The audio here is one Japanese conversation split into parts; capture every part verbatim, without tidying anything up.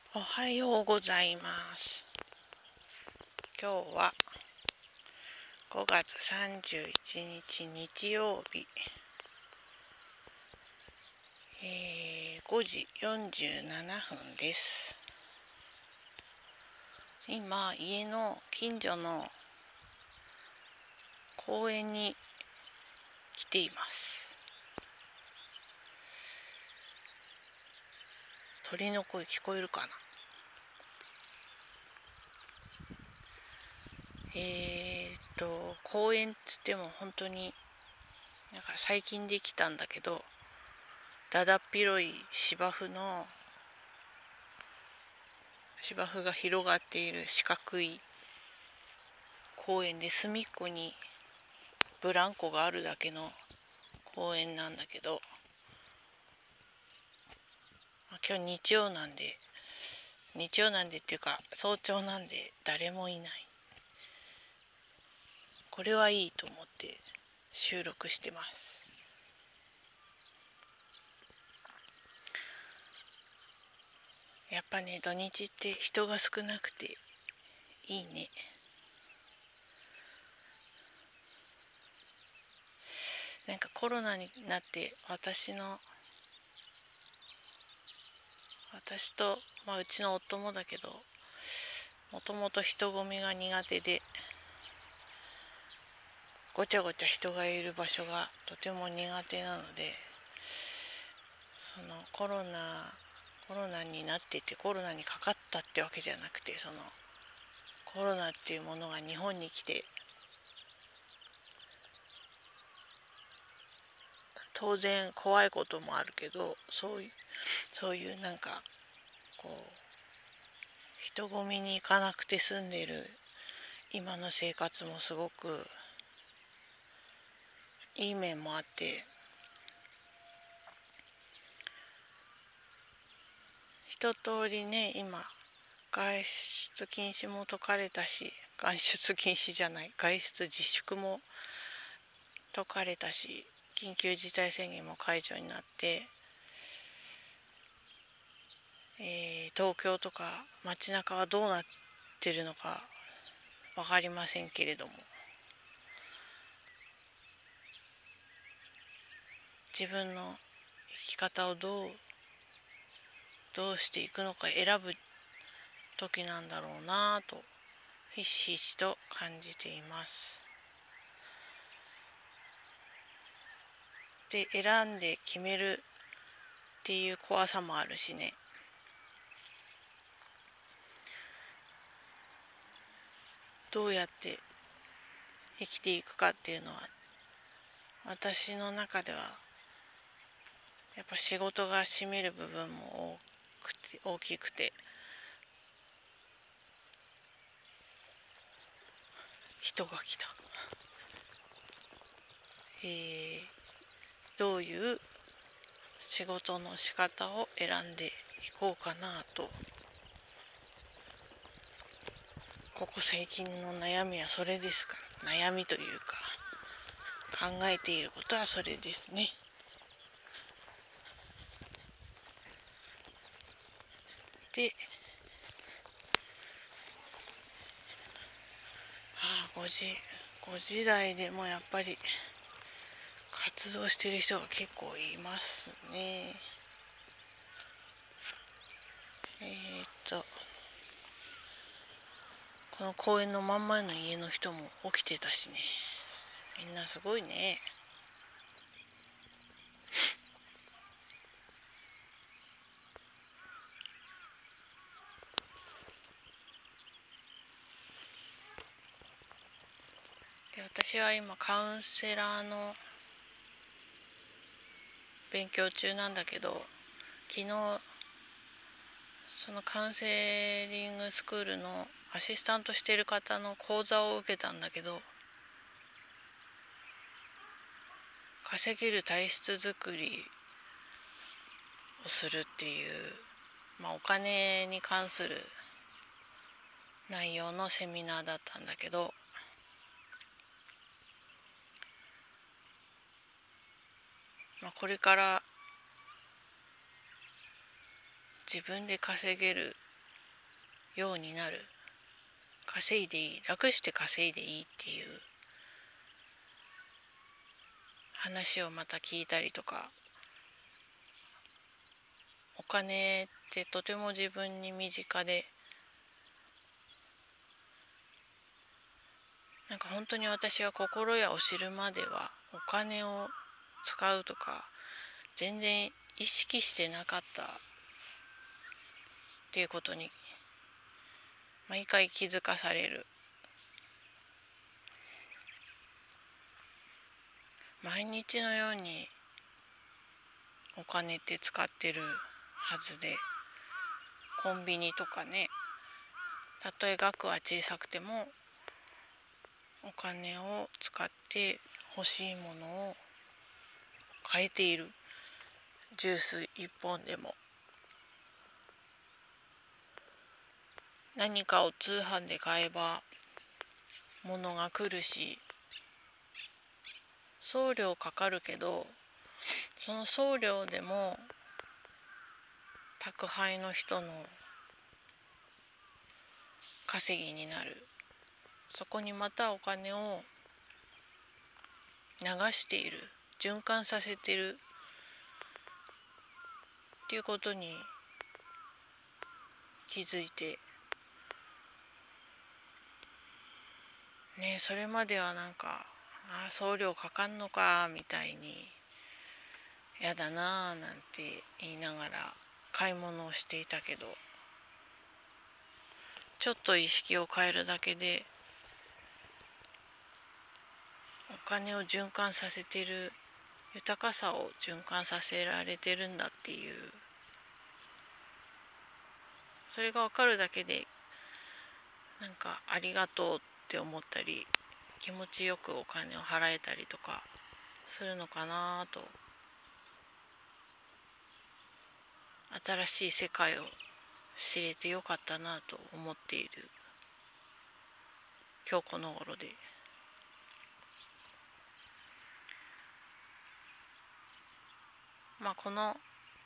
おはようございます。今日はごがつさんじゅういちにち日曜日、えー、ごじよんじゅうななふんです。今、家の近所の公園に来ています。鳥の声聞こえるかな。えーっと公園っつっても本当になんか最近できたんだけど、だだっ広い芝生の芝生が広がっている四角い公園で、隅っこにブランコがあるだけの公園なんだけど、今日日曜なんで日曜なんでっていうか早朝なんで誰もいない。これはいいと思って収録してます。やっぱね、土日って人が少なくていいね。なんかコロナになって私の私と、まあ、うちの夫もだけど、もともと人混みが苦手で、ごちゃごちゃ人がいる場所がとても苦手なので、そのコロナコロナになってて、コロナにかかったってわけじゃなくて、そのコロナっていうものが日本に来て、当然怖いこともあるけど、そういうそういうなんかこう人混みに行かなくて済んでる今の生活もすごくいい面もあって、一通りね、今外出禁止も解かれたし、外出禁止じゃない外出自粛も解かれたし、緊急事態宣言も解除になって、えー、東京とか街中はどうなってるのか分かりませんけれども、自分の生き方をどうどうしていくのか選ぶ時なんだろうなぁとひしひしと感じています。で、選んで決めるっていう怖さもあるしね。どうやって生きていくかっていうのは、私の中ではやっぱ仕事が占める部分も多くて大きくて、人が来た。えー、どういう仕事の仕方を選んでいこうかなと、ここ最近の悩みはそれですから。悩みというか考えていることはそれですね。で、ああ、ごじごじ台でもやっぱり活動してる人が結構いますね。えー、っとこの公園の真ん前の家の人も起きてたしね。みんなすごいね。で、私は今カウンセラーの勉強中なんだけど、昨日そのカウンセリングスクールのアシスタントしてる方の講座を受けたんだけど、稼げる体質づくりをするっていう、まあ、お金に関する内容のセミナーだったんだけど、まあ、これから自分で稼げるようになる、稼いでいい、楽して稼いでいいっていう話をまた聞いたりとか、お金ってとても自分に身近で、なんか本当に私は心得を知るまではお金を使うとか全然意識してなかったっていうことに毎回気づかされる。毎日のようにお金って使ってるはずで、コンビニとかね、たとえ額は小さくてもお金を使って欲しいものを買えている。ジュース一本でも何かを通販で買えば物が来るし、送料かかるけどその送料でも宅配の人の稼ぎになる。そこにまたお金を流している、循環させているっていうことに気づいてね。それまではなんか、あ、送料かかんのかみたいにやだなぁなんて言いながら買い物をしていたけど、ちょっと意識を変えるだけでお金を循環させてる、豊かさを循環させられてるんだっていう、それが分かるだけでなんかありがとうって思ったり、気持ちよくお金を払えたりとかするのかなと、新しい世界を知れてよかったなと思っている今日この頃で、まあこの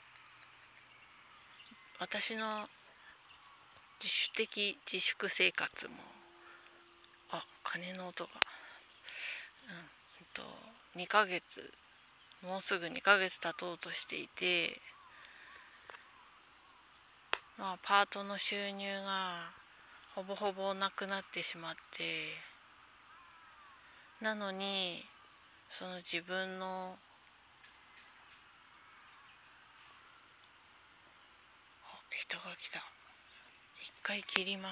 私の自主的自粛生活も、あ、鐘の音が、うんえっとにかげつ、もうすぐにかげつ経とうとしていて、まあパートの収入がほぼほぼなくなってしまって、なのにその自分の人が来た。一回切ります。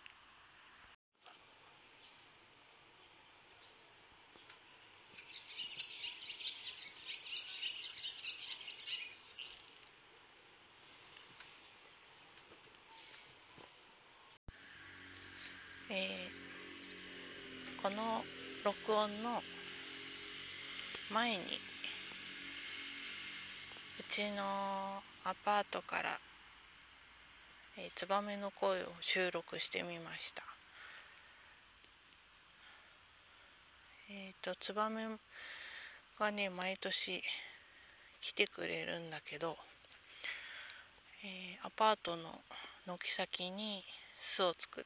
えー、この録音の前にうちのアパートから、えー、ツバメの声を収録してみました。えっ、ー、とツバメがね毎年来てくれるんだけど、えー、アパートの軒先に巣を作って、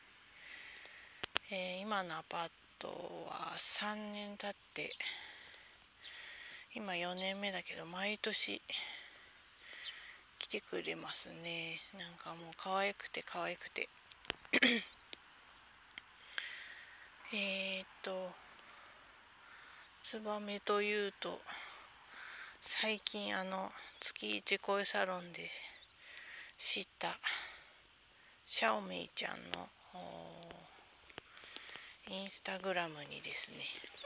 えー、今のアパートはさんねん経って今よねんめだけど、毎年来てくれますね。なんかもう可愛くて可愛くてえっとツバメというと、最近あの月一声サロンで知ったシャオメイちゃんのインスタグラムにですね、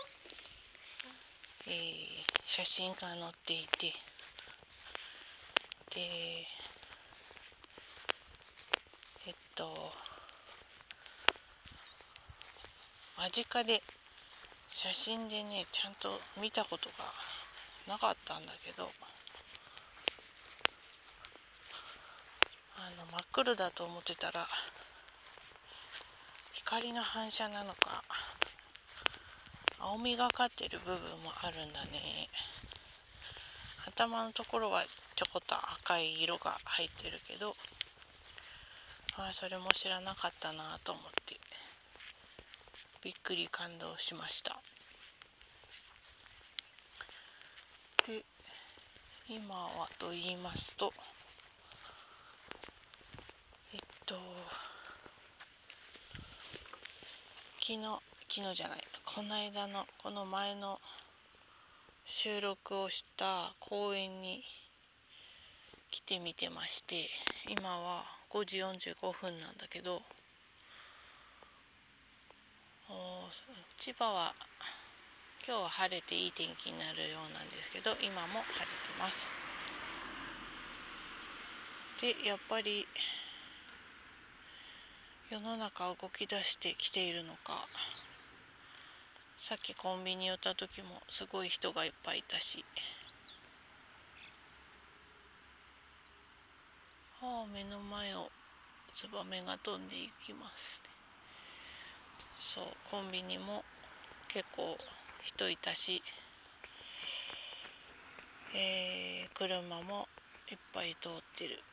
えー、写真が載っていて、でえっと間近で写真でねちゃんと見たことがなかったんだけど、あの真っ黒だと思ってたら光の反射なのか青みがかってる部分もあるんだね。頭のところはちょこっと赤い色が入ってるけど、 ああ、それも知らなかったなと思ってびっくり感動しました。で、今はと言いますと、えっと昨日昨日じゃないこの間のこの前の収録をした公園に来てみてまして、今はごじよんじゅうごふんなんだけど、千葉は今日は晴れていい天気になるようなんですけど、今も晴れてます。で、やっぱり世の中動き出してきているのか、さっきコンビニ寄った時もすごい人がいっぱいいたし、ああ、目の前をツバメが飛んでいきますね。そう、コンビニも結構人いたし、えー、車もいっぱい通ってる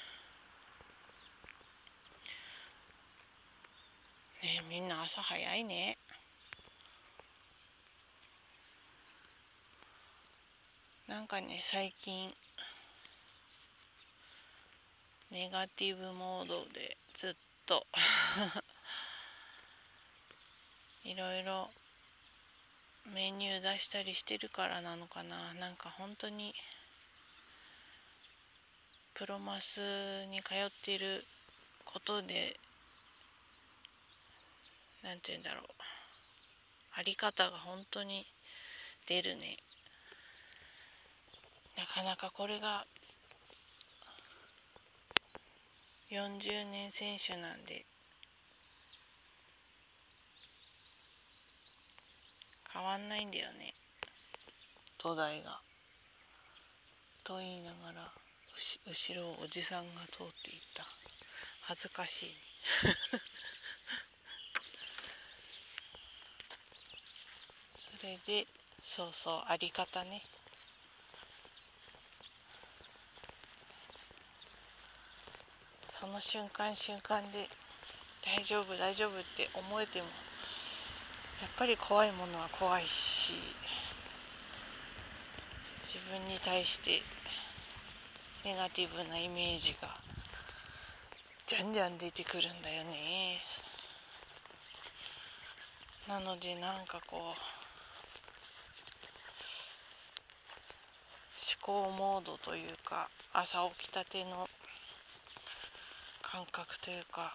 ね。みんな朝早いね。なんかね、最近ネガティブモードでずっといろいろメニュー出したりしてるからなのかな。なんか本当にプロマスに通っていることで、なんて言うんだろう、あり方が本当に出るね。なかなかこれがよんじゅうねん選手なんで変わんないんだよね、土台が。と言いながら後ろをおじさんが通っていった。恥ずかしいそれで、そうそう、あり方ね。その瞬間瞬間で大丈夫大丈夫って思えても、やっぱり怖いものは怖いし、自分に対してネガティブなイメージがじゃんじゃん出てくるんだよね。なので、なんかこう思考モードというか、朝起きたての感覚というか、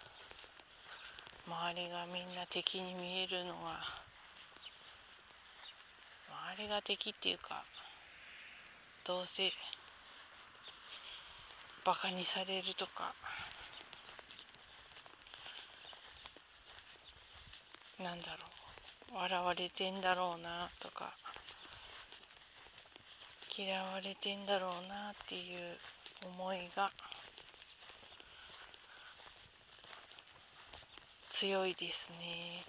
周りがみんな敵に見えるのが、周りが敵っていうか、どうせバカにされるとか、なんだろう、笑われてんだろうなとか、嫌われてんだろうなっていう思いが強いですね。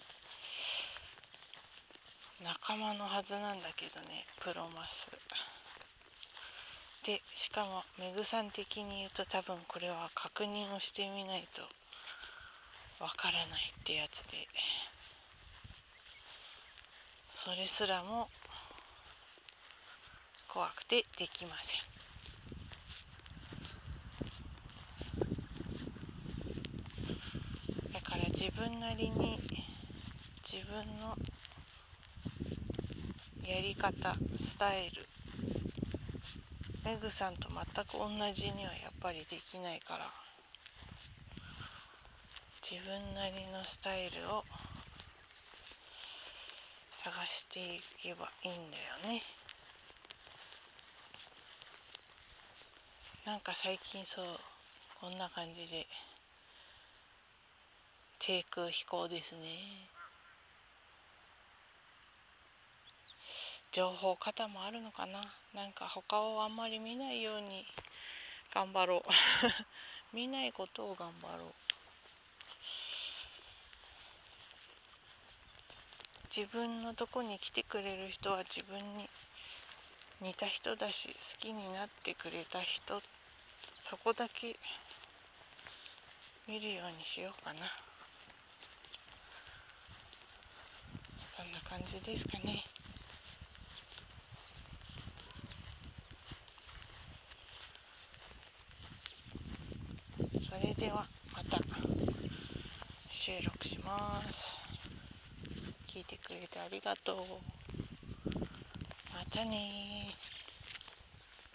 仲間のはずなんだけどね、プロマスで。しかもメグさん的に言うと、多分これは確認をしてみないとわからないってやつで、それすらも怖くてできません。だから自分なりに自分のやり方、スタイル、メグさんと全く同じにはやっぱりできないから、自分なりのスタイルを探していけばいいんだよね。なんか最近そう、こんな感じで低空飛行ですね。情報過多もあるのかな。なんか他をあんまり見ないように頑張ろう見ないことを頑張ろう。自分のとこに来てくれる人は自分に似た人だし、好きになってくれた人、そこだけ見るようにしようかな。そんな感じですかね。それではまた収録します。聞いてくれてありがとう。またね。